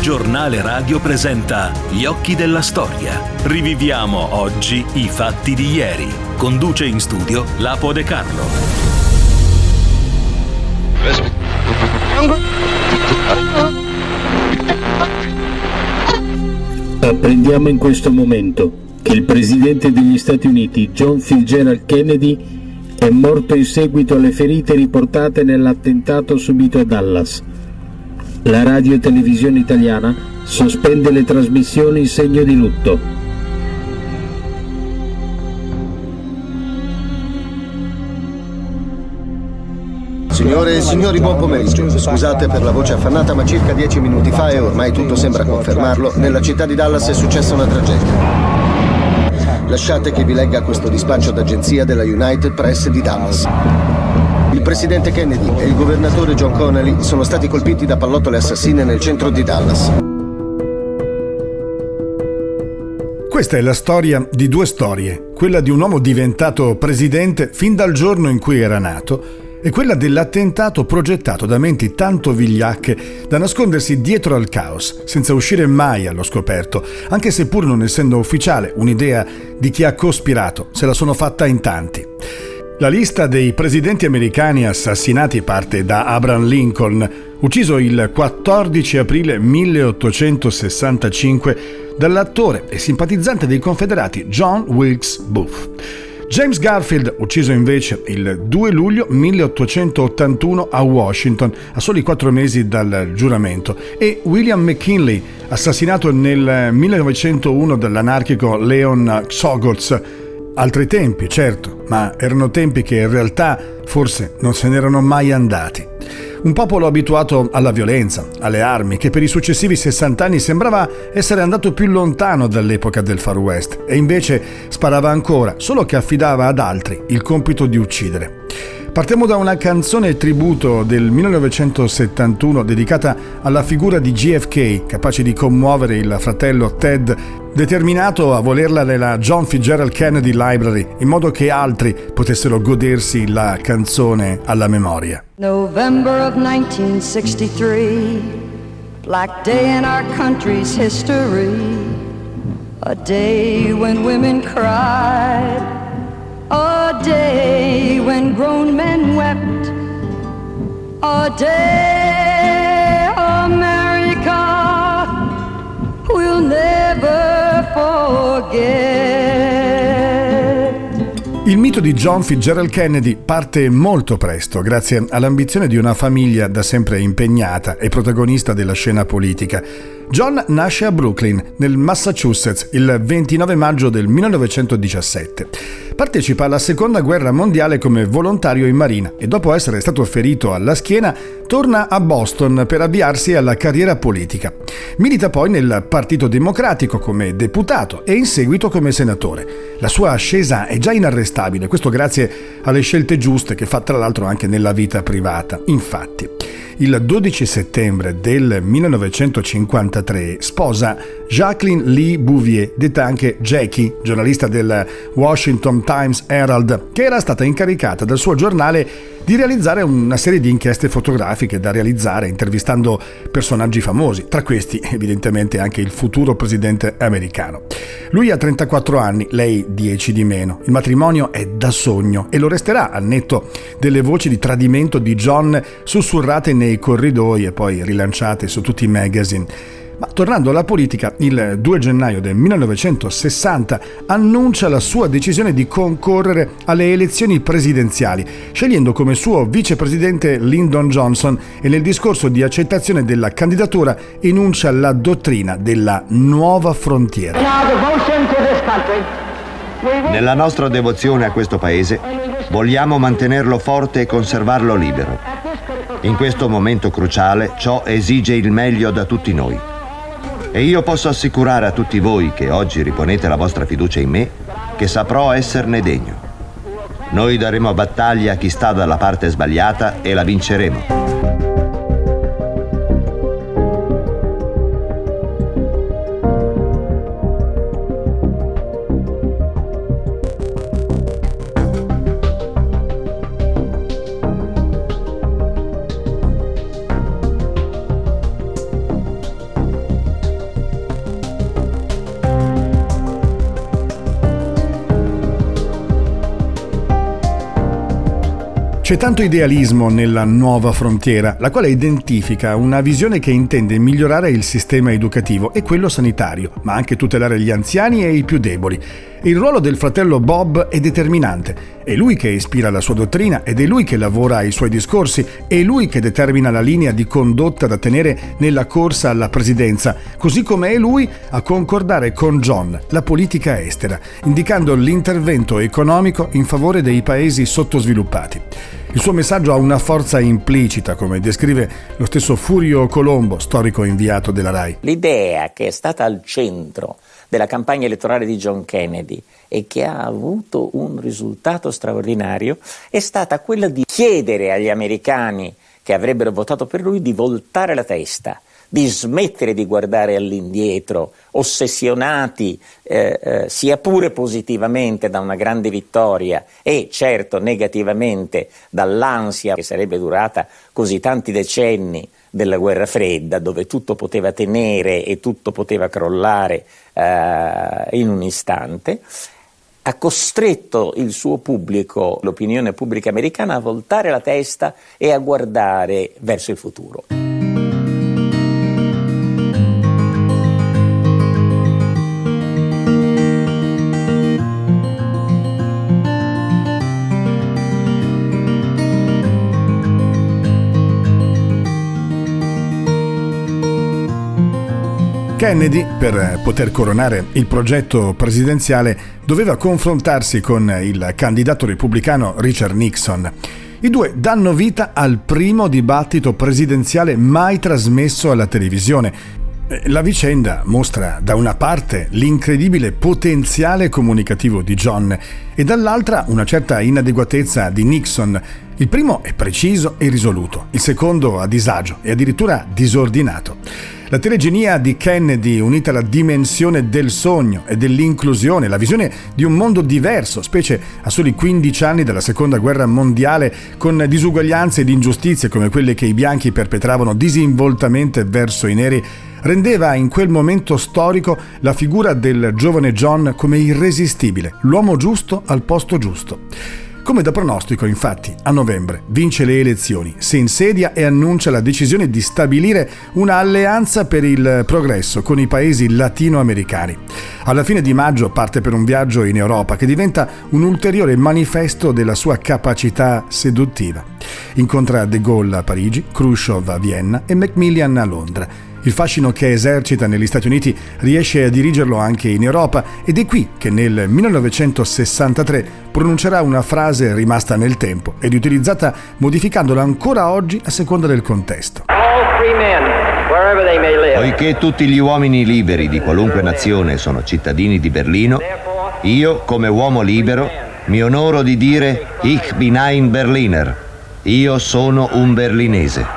Giornale Radio presenta Gli occhi della storia. Riviviamo oggi i fatti di ieri. Conduce in studio Lapo De Carlo. Apprendiamo in questo momento che il presidente degli Stati Uniti, John Fitzgerald Kennedy, è morto in seguito alle ferite riportate nell'attentato subito a Dallas. La radio e televisione italiana sospende le trasmissioni in segno di lutto. Signore e signori, buon pomeriggio. Scusate per la voce affannata, ma circa 10 minuti fa, e ormai tutto sembra confermarlo, nella città di Dallas è successa una tragedia. Lasciate che vi legga questo dispaccio d'agenzia della United Press di Dallas. Il presidente Kennedy e il governatore John Connally sono stati colpiti da pallottole assassine nel centro di Dallas. Questa è la storia di due storie, quella di un uomo diventato presidente fin dal giorno in cui era nato e quella dell'attentato progettato da menti tanto vigliacche da nascondersi dietro al caos, senza uscire mai allo scoperto, anche se pur non essendo ufficiale un'idea di chi ha cospirato, se la sono fatta in tanti. La lista dei presidenti americani assassinati parte da Abraham Lincoln, ucciso il 14 aprile 1865 dall'attore e simpatizzante dei Confederati John Wilkes Booth. James Garfield, ucciso invece il 2 luglio 1881 a Washington, a soli 4 mesi dal giuramento, e William McKinley, assassinato nel 1901 dall'anarchico Leon Czolgosz. Altri tempi, certo, ma erano tempi che in realtà forse non se n'erano mai andati. Un popolo abituato alla violenza, alle armi, che per i successivi 60 anni sembrava essere andato più lontano dall'epoca del Far West e invece sparava ancora, solo che affidava ad altri il compito di uccidere. Partiamo da una canzone tributo del 1971 dedicata alla figura di JFK, capace di commuovere il fratello Ted, determinato a volerla nella John Fitzgerald Kennedy Library, in modo che altri potessero godersi la canzone alla memoria. November of 1963, Black Day in our country's history, a day when women cried, a day when grown men wept, a day America will never forget. Il mito di John Fitzgerald Kennedy parte molto presto, grazie all'ambizione di una famiglia da sempre impegnata e protagonista della scena politica. John nasce a Brooklyn, nel Massachusetts, il 29 maggio del 1917. Partecipa alla Seconda Guerra Mondiale come volontario in marina e dopo essere stato ferito alla schiena torna a Boston per avviarsi alla carriera politica. Milita poi nel Partito Democratico come deputato e in seguito come senatore. La sua ascesa è già inarrestabile, questo grazie alle scelte giuste che fa tra l'altro anche nella vita privata. Infatti, il 12 settembre del 1953 sposa Jacqueline Lee Bouvier, detta anche Jackie, giornalista del Washington Times Herald, che era stata incaricata dal suo giornale di realizzare una serie di inchieste fotografiche da realizzare intervistando personaggi famosi, tra questi evidentemente anche il futuro presidente americano. Lui ha 34 anni, lei 10 di meno. Il matrimonio è da sogno e lo resterà al netto delle voci di tradimento di John sussurrate nei corridoi e poi rilanciate su tutti i magazine. Ma tornando alla politica, il 2 gennaio del 1960 annuncia la sua decisione di concorrere alle elezioni presidenziali, scegliendo come suo vicepresidente Lyndon Johnson, e nel discorso di accettazione della candidatura enuncia la dottrina della nuova frontiera. Nella nostra devozione a questo paese vogliamo mantenerlo forte e conservarlo libero. In questo momento cruciale ciò esige il meglio da tutti noi. E io posso assicurare a tutti voi che oggi riponete la vostra fiducia in me che saprò esserne degno. Noi daremo battaglia a chi sta dalla parte sbagliata e la vinceremo. C'è tanto idealismo nella nuova frontiera, la quale identifica una visione che intende migliorare il sistema educativo e quello sanitario, ma anche tutelare gli anziani e i più deboli. Il ruolo del fratello Bob è determinante. È lui che ispira la sua dottrina ed è lui che lavora ai suoi discorsi, è lui che determina la linea di condotta da tenere nella corsa alla presidenza, così come è lui a concordare con John la politica estera, indicando l'intervento economico in favore dei paesi sottosviluppati. Il suo messaggio ha una forza implicita, come descrive lo stesso Furio Colombo, storico inviato della RAI. L'idea che è stata al centro della campagna elettorale di John Kennedy e che ha avuto un risultato straordinario è stata quella di chiedere agli americani che avrebbero votato per lui di voltare la testa, di smettere di guardare all'indietro, ossessionati sia pure positivamente da una grande vittoria e certo negativamente dall'ansia che sarebbe durata così tanti decenni della guerra fredda, dove tutto poteva tenere e tutto poteva crollare in un istante. Ha costretto il suo pubblico, l'opinione pubblica americana, a voltare la testa e a guardare verso il futuro. Kennedy, per poter coronare il progetto presidenziale, doveva confrontarsi con il candidato repubblicano Richard Nixon. I due danno vita al primo dibattito presidenziale mai trasmesso alla televisione. La vicenda mostra da una parte l'incredibile potenziale comunicativo di John e dall'altra una certa inadeguatezza di Nixon. Il primo è preciso e risoluto, il secondo a disagio e addirittura disordinato. La telegenia di Kennedy, unita alla dimensione del sogno e dell'inclusione, la visione di un mondo diverso, specie a soli 15 anni dalla Seconda Guerra Mondiale, con disuguaglianze ed ingiustizie come quelle che i bianchi perpetravano disinvoltamente verso i neri, rendeva in quel momento storico la figura del giovane John come irresistibile, l'uomo giusto al posto giusto. Come da pronostico, infatti, a novembre vince le elezioni, si insedia e annuncia la decisione di stabilire una alleanza per il progresso con i paesi latinoamericani. Alla fine di maggio parte per un viaggio in Europa che diventa un ulteriore manifesto della sua capacità seduttiva. Incontra De Gaulle a Parigi, Khrushchev a Vienna e Macmillan a Londra. Il fascino che esercita negli Stati Uniti riesce a dirigerlo anche in Europa ed è qui che nel 1963 pronuncerà una frase rimasta nel tempo ed utilizzata modificandola ancora oggi a seconda del contesto. Poiché tutti gli uomini liberi di qualunque nazione sono cittadini di Berlino, io, come uomo libero, mi onoro di dire Ich bin ein Berliner. Io sono un berlinese.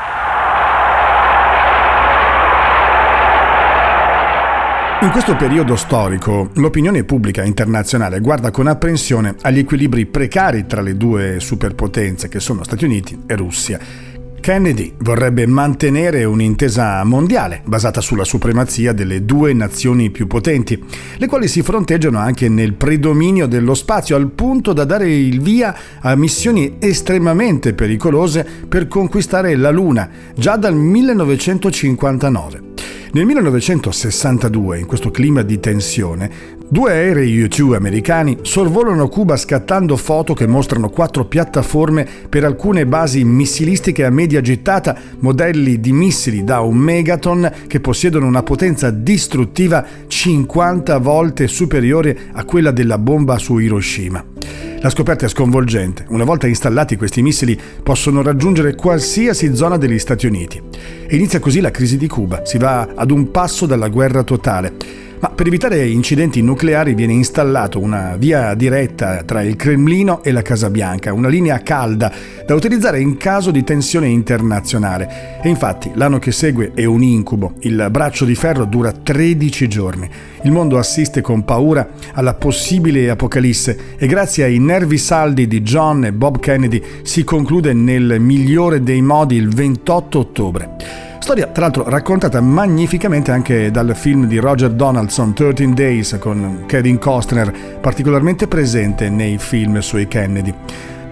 In questo periodo storico, l'opinione pubblica internazionale guarda con apprensione agli equilibri precari tra le due superpotenze che sono Stati Uniti e Russia. Kennedy vorrebbe mantenere un'intesa mondiale basata sulla supremazia delle due nazioni più potenti, le quali si fronteggiano anche nel predominio dello spazio, al punto da dare il via a missioni estremamente pericolose per conquistare la Luna, già dal 1959. Nel 1962, in questo clima di tensione, due aerei U-2 americani sorvolano Cuba scattando foto che mostrano 4 piattaforme per alcune basi missilistiche a media gittata, modelli di missili da 1 megaton che possiedono una potenza distruttiva 50 volte superiore a quella della bomba su Hiroshima. La scoperta è sconvolgente. Una volta installati, questi missili possono raggiungere qualsiasi zona degli Stati Uniti. E inizia così la crisi di Cuba. Si va ad un passo dalla guerra totale. Ma per evitare incidenti nucleari viene installato una via diretta tra il Cremlino e la Casa Bianca, una linea calda da utilizzare in caso di tensione internazionale. E infatti l'anno che segue è un incubo. Il braccio di ferro dura 13 giorni. Il mondo assiste con paura alla possibile apocalisse e grazie ai nervi saldi di John e Bob Kennedy si conclude nel migliore dei modi il 28 ottobre. Storia, tra l'altro, raccontata magnificamente anche dal film di Roger Donaldson, 13 Days, con Kevin Costner particolarmente presente nei film sui Kennedy.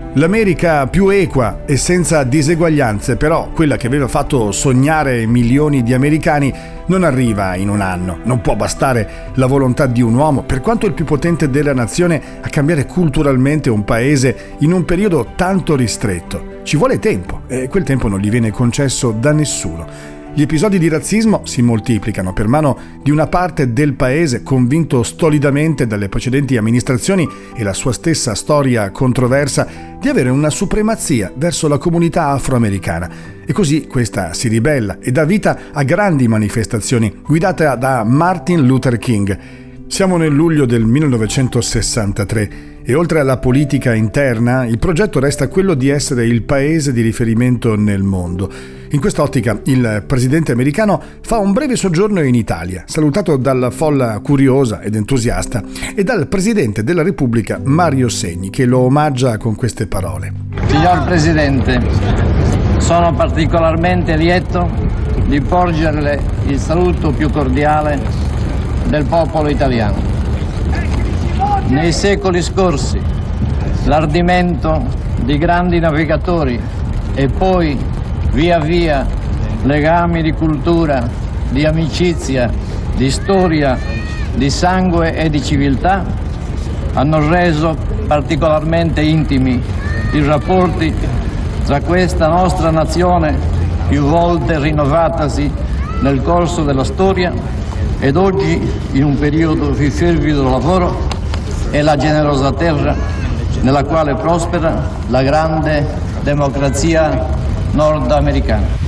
L'America più equa e senza diseguaglianze, però quella che aveva fatto sognare milioni di americani, non arriva in un anno. Non può bastare la volontà di un uomo, per quanto il più potente della nazione, a cambiare culturalmente un paese in un periodo tanto ristretto. Ci vuole tempo e quel tempo non gli viene concesso da nessuno. Gli episodi di razzismo si moltiplicano per mano di una parte del paese convinto stolidamente dalle precedenti amministrazioni e la sua stessa storia controversa di avere una supremazia verso la comunità afroamericana. E così questa si ribella e dà vita a grandi manifestazioni guidate da Martin Luther King. Siamo nel luglio del 1963 e oltre alla politica interna, il progetto resta quello di essere il paese di riferimento nel mondo. In quest'ottica, il presidente americano fa un breve soggiorno in Italia, salutato dalla folla curiosa ed entusiasta e dal presidente della Repubblica Mario Segni, che lo omaggia con queste parole. Signor Presidente, sono particolarmente lieto di porgerle il saluto più cordiale del popolo italiano. Nei secoli scorsi l'ardimento di grandi navigatori e poi via via legami di cultura, di amicizia, di storia, di sangue e di civiltà hanno reso particolarmente intimi i rapporti tra questa nostra nazione, più volte rinnovatasi nel corso della storia, ed oggi, in un periodo di fervido lavoro, è la generosa terra nella quale prospera la grande democrazia nordamericana.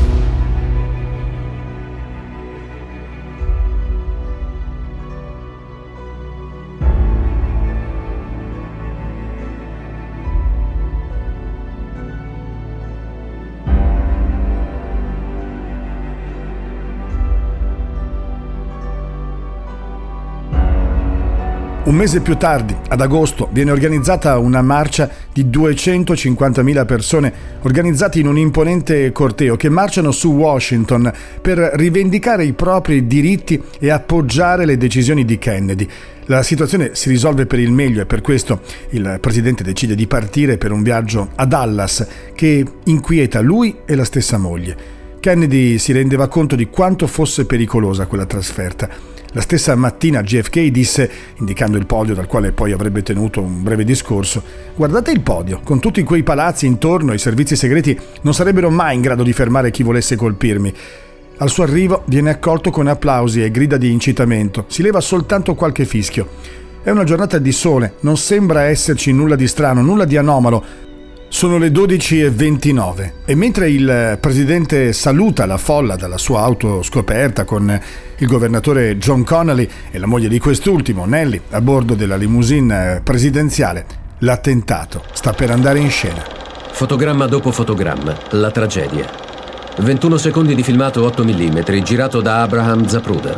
Un mese più tardi, ad agosto, viene organizzata una marcia di 250.000 persone, organizzati in un imponente corteo, che marciano su Washington per rivendicare i propri diritti e appoggiare le decisioni di Kennedy. La situazione si risolve per il meglio e per questo il presidente decide di partire per un viaggio a Dallas che inquieta lui e la stessa moglie. Kennedy si rendeva conto di quanto fosse pericolosa quella trasferta. La stessa mattina JFK disse, indicando il podio dal quale poi avrebbe tenuto un breve discorso: «Guardate il podio, con tutti quei palazzi intorno, i servizi segreti non sarebbero mai in grado di fermare chi volesse colpirmi». Al suo arrivo viene accolto con applausi e grida di incitamento, si leva soltanto qualche fischio. È una giornata di sole, non sembra esserci nulla di strano, nulla di anomalo. Sono le 12:29 e mentre il presidente saluta la folla dalla sua auto scoperta con il governatore John Connally e la moglie di quest'ultimo, Nellie, a bordo della limousine presidenziale, l'attentato sta per andare in scena. Fotogramma dopo fotogramma, la tragedia. 21 secondi di filmato 8 mm, girato da Abraham Zapruder.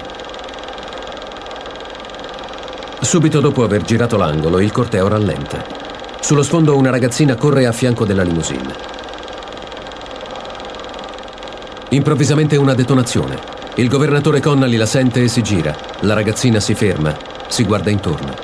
Subito dopo aver girato l'angolo, il corteo rallenta. Sullo sfondo una ragazzina corre a fianco della limousine. Improvvisamente una detonazione. Il governatore Connally la sente e si gira. La ragazzina si ferma, si guarda intorno.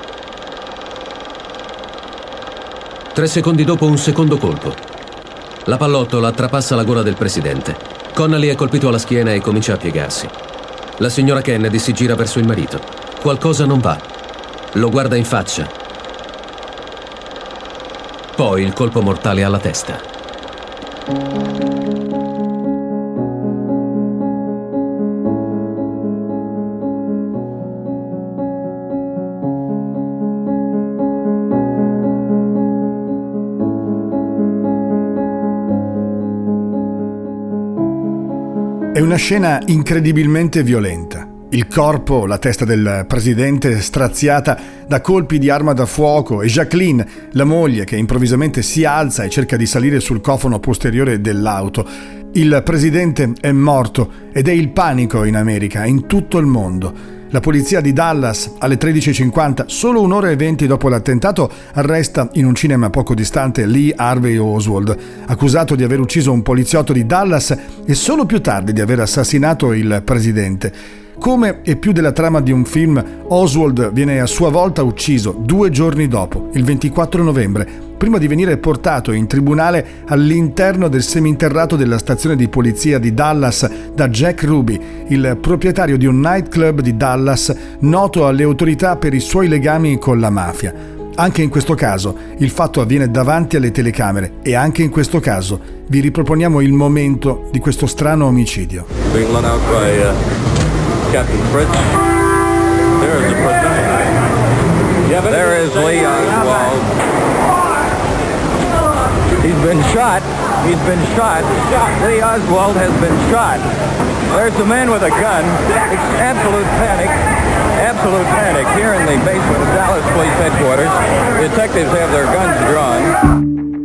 3 secondi dopo un secondo colpo. La pallottola trapassa la gola del presidente. Connally è colpito alla schiena e comincia a piegarsi. La signora Kennedy si gira verso il marito. Qualcosa non va. Lo guarda in faccia. Poi il colpo mortale alla testa. È una scena incredibilmente violenta. Il corpo, la testa del presidente straziata da colpi di arma da fuoco e Jacqueline, la moglie, che improvvisamente si alza e cerca di salire sul cofano posteriore dell'auto. Il presidente è morto ed è il panico in America, in tutto il mondo. La polizia di Dallas, alle 13:50, solo un'ora e 20 dopo l'attentato, arresta in un cinema poco distante Lee Harvey Oswald, accusato di aver ucciso un poliziotto di Dallas e solo più tardi di aver assassinato il presidente. Come e più della trama di un film, Oswald viene a sua volta ucciso 2 giorni dopo, il 24 novembre, prima di venire portato in tribunale all'interno del seminterrato della stazione di polizia di Dallas da Jack Ruby, il proprietario di un nightclub di Dallas noto alle autorità per i suoi legami con la mafia. Anche in questo caso il fatto avviene davanti alle telecamere e anche in questo caso vi riproponiamo il momento di questo strano omicidio. Being let out by Captain Fritz. There is the president. There is Lee Oswald. He's been shot. He's been shot. Lee Oswald has been shot. There's the man with a gun. It's absolute panic. Absolute panic here in the basement of Dallas Police Headquarters. Detectives have their guns drawn.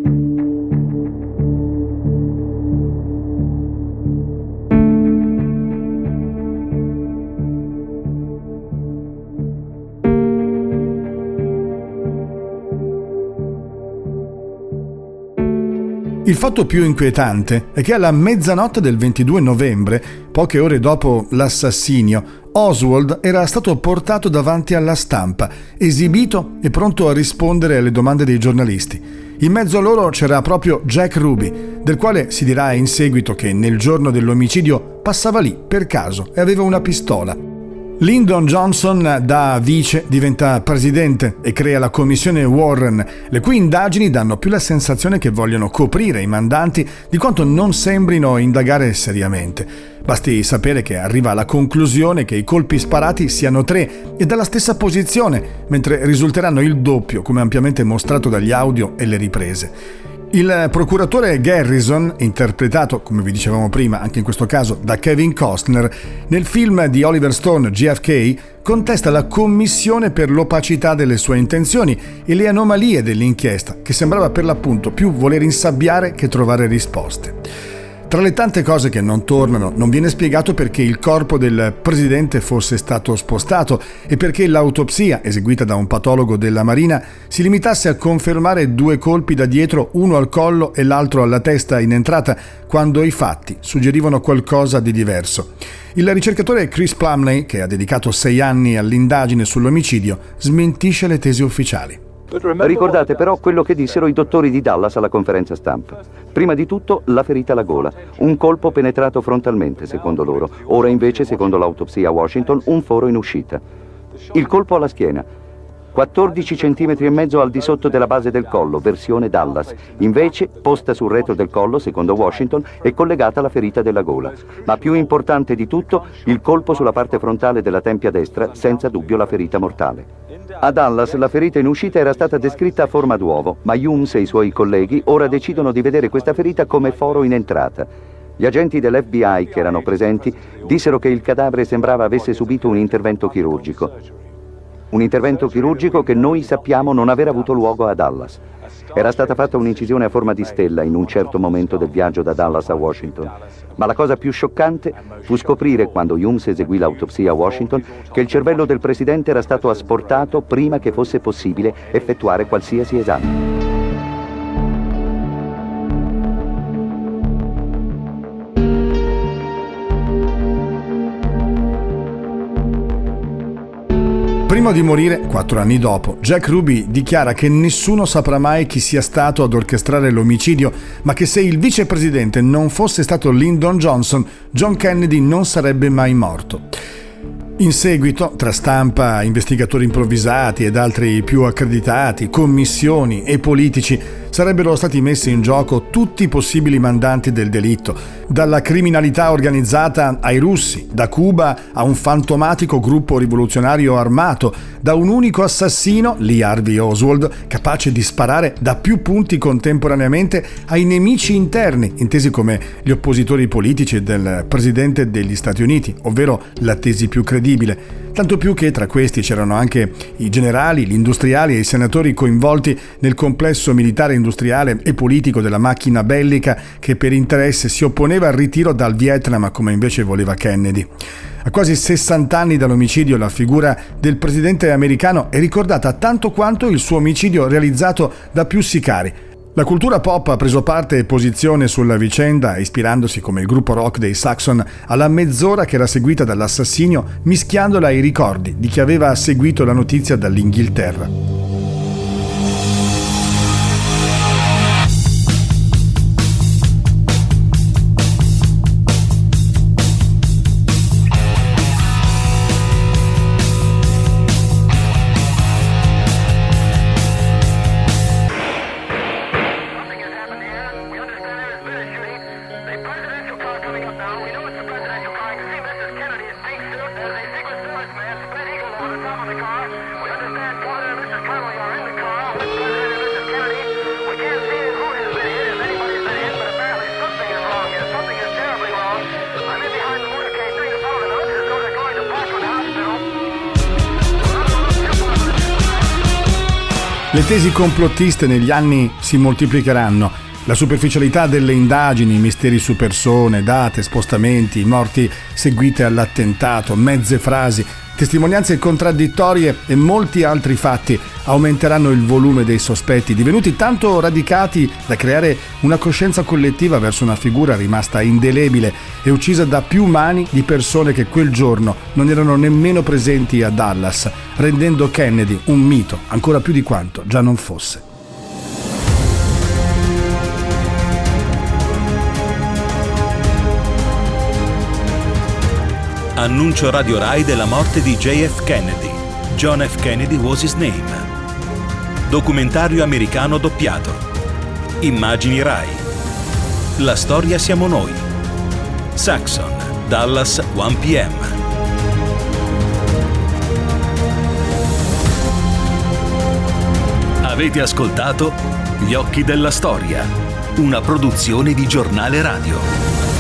Il fatto più inquietante è che alla mezzanotte del 22 novembre, poche ore dopo l'assassinio, Oswald era stato portato davanti alla stampa, esibito e pronto a rispondere alle domande dei giornalisti. In mezzo a loro c'era proprio Jack Ruby, del quale si dirà in seguito che nel giorno dell'omicidio passava lì per caso e aveva una pistola. Lyndon Johnson, da vice, diventa presidente e crea la commissione Warren, le cui indagini danno più la sensazione che vogliono coprire i mandanti di quanto non sembrino indagare seriamente. Basti sapere che arriva alla conclusione che i colpi sparati siano 3 e dalla stessa posizione, mentre risulteranno il doppio, come ampiamente mostrato dagli audio e le riprese. Il procuratore Garrison, interpretato, come vi dicevamo prima, anche in questo caso da Kevin Costner, nel film di Oliver Stone JFK, contesta la commissione per l'opacità delle sue intenzioni e le anomalie dell'inchiesta, che sembrava per l'appunto più voler insabbiare che trovare risposte. Tra le tante cose che non tornano, non viene spiegato perché il corpo del presidente fosse stato spostato e perché l'autopsia, eseguita da un patologo della Marina, si limitasse a confermare 2 colpi da dietro, uno al collo e l'altro alla testa in entrata, quando i fatti suggerivano qualcosa di diverso. Il ricercatore Chris Plumley, che ha dedicato 6 anni all'indagine sull'omicidio, smentisce le tesi ufficiali. Ricordate però quello che dissero i dottori di Dallas alla conferenza stampa. Prima di tutto la ferita alla gola, un colpo penetrato frontalmente secondo loro, ora invece secondo l'autopsia a Washington un foro in uscita. Il colpo alla schiena, 14 centimetri e mezzo al di sotto della base del collo, versione Dallas, invece posta sul retro del collo secondo Washington e collegata alla ferita della gola. Ma più importante di tutto, il colpo sulla parte frontale della tempia destra, senza dubbio la ferita mortale. A Dallas la ferita in uscita era stata descritta a forma d'uovo, ma Humes e i suoi colleghi ora decidono di vedere questa ferita come foro in entrata. Gli agenti dell'FBI che erano presenti dissero che il cadavere sembrava avesse subito un intervento chirurgico. Un intervento chirurgico che noi sappiamo non aver avuto luogo a Dallas. Era stata fatta un'incisione a forma di stella in un certo momento del viaggio da Dallas a Washington. Ma la cosa più scioccante fu scoprire, quando Humes eseguì l'autopsia a Washington, che il cervello del presidente era stato asportato prima che fosse possibile effettuare qualsiasi esame. Prima di morire, 4 anni dopo, Jack Ruby dichiara che nessuno saprà mai chi sia stato ad orchestrare l'omicidio, ma che se il vicepresidente non fosse stato Lyndon Johnson, John Kennedy non sarebbe mai morto. In seguito, tra stampa, investigatori improvvisati ed altri più accreditati, commissioni e politici, sarebbero stati messi in gioco tutti i possibili mandanti del delitto, dalla criminalità organizzata ai russi, da Cuba a un fantomatico gruppo rivoluzionario armato, da un unico assassino, Lee Harvey Oswald, capace di sparare da più punti contemporaneamente ai nemici interni, intesi come gli oppositori politici del presidente degli Stati Uniti, ovvero la tesi più credibile. Tanto più che tra questi c'erano anche i generali, gli industriali e i senatori coinvolti nel complesso militare, industriale e politico della macchina bellica che per interesse si opponeva al ritiro dal Vietnam come invece voleva Kennedy. A quasi 60 anni dall'omicidio la figura del presidente americano è ricordata tanto quanto il suo omicidio realizzato da più sicari. La cultura pop ha preso parte e posizione sulla vicenda, ispirandosi come il gruppo rock dei Saxon alla mezz'ora che era seguita dall'assassinio, mischiandola ai ricordi di chi aveva seguito la notizia dall'Inghilterra. Le tesi complottiste negli anni si moltiplicheranno. La superficialità delle indagini, misteri su persone, date, spostamenti, morti seguite all'attentato, mezze frasi, testimonianze contraddittorie e molti altri fatti aumenteranno il volume dei sospetti, divenuti tanto radicati da creare una coscienza collettiva verso una figura rimasta indelebile e uccisa da più mani di persone che quel giorno non erano nemmeno presenti a Dallas, rendendo Kennedy un mito, ancora più di quanto già non fosse. Annuncio Radio Rai della morte di JF Kennedy. John F. Kennedy was his name. Documentario americano doppiato. Immagini Rai. La storia siamo noi. Saxon, Dallas, 1 p.m. Avete ascoltato Gli occhi della storia, una produzione di Giornale Radio.